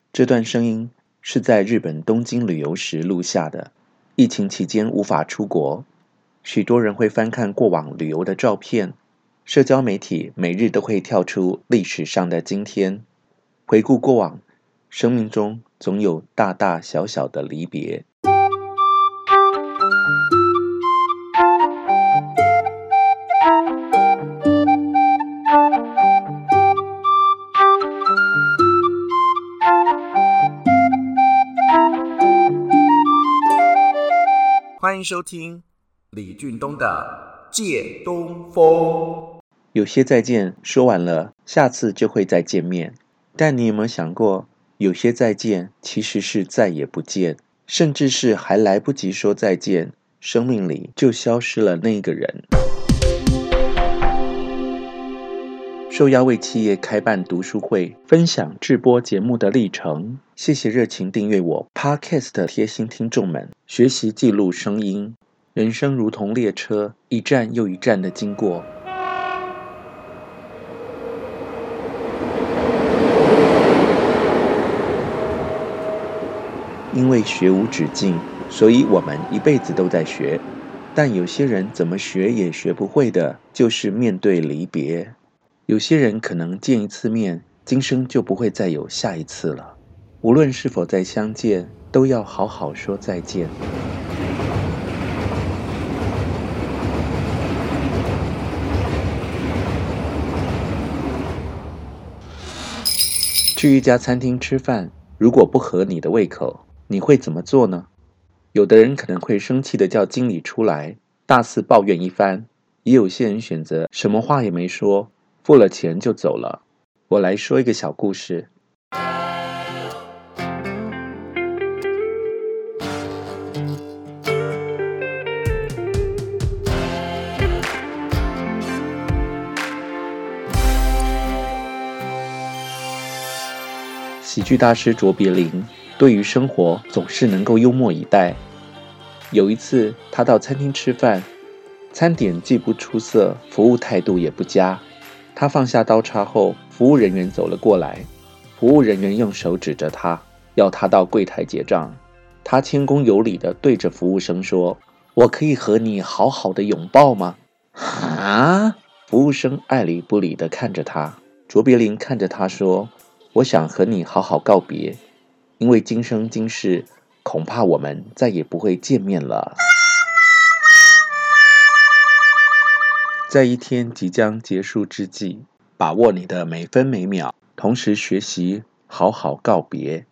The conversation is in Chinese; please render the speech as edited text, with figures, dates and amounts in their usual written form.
这段声音是在日本东京旅游时录下的。疫情期间无法出国，许多人会翻看过往旅游的照片，社交媒体每日都会跳出历史上的今天。回顾过往，生命中总有大大小小的离别。欢迎收听李俊东的《借东风》。有些再见说完了，下次就会再见面。但你有没有想过，有些再见其实是再也不见，甚至是还来不及说再见，生命里就消失了那个人。受邀为企业开办读书会，分享制播节目的历程。谢谢热情订阅我 Podcast 的贴心听众们，学习记录声音。人生如同列车，一站又一站的经过。因为学无止境，所以我们一辈子都在学。但有些人怎么学也学不会的，就是面对离别。有些人可能见一次面，今生就不会再有下一次了。无论是否再相见，都要好好说再见。去一家餐厅吃饭，如果不合你的胃口，你会怎么做呢？有的人可能会生气地叫经理出来，大肆抱怨一番，也有些人选择什么话也没说，付了钱就走了。我来说一个小故事。喜剧大师卓别林对于生活总是能够幽默以待。有一次他到餐厅吃饭，餐点既不出色，服务态度也不佳。他放下刀叉后，服务人员走了过来，服务人员用手指着他，要他到柜台结账。他谦恭有礼地对着服务生说：“我可以和你好好的拥抱吗？”啊！服务生爱理不理地看着他。卓别林看着他说：“我想和你好好告别，因为今生今世，恐怕我们再也不会见面了。”在一天即将结束之际，把握你的每分每秒，同时学习好好告别。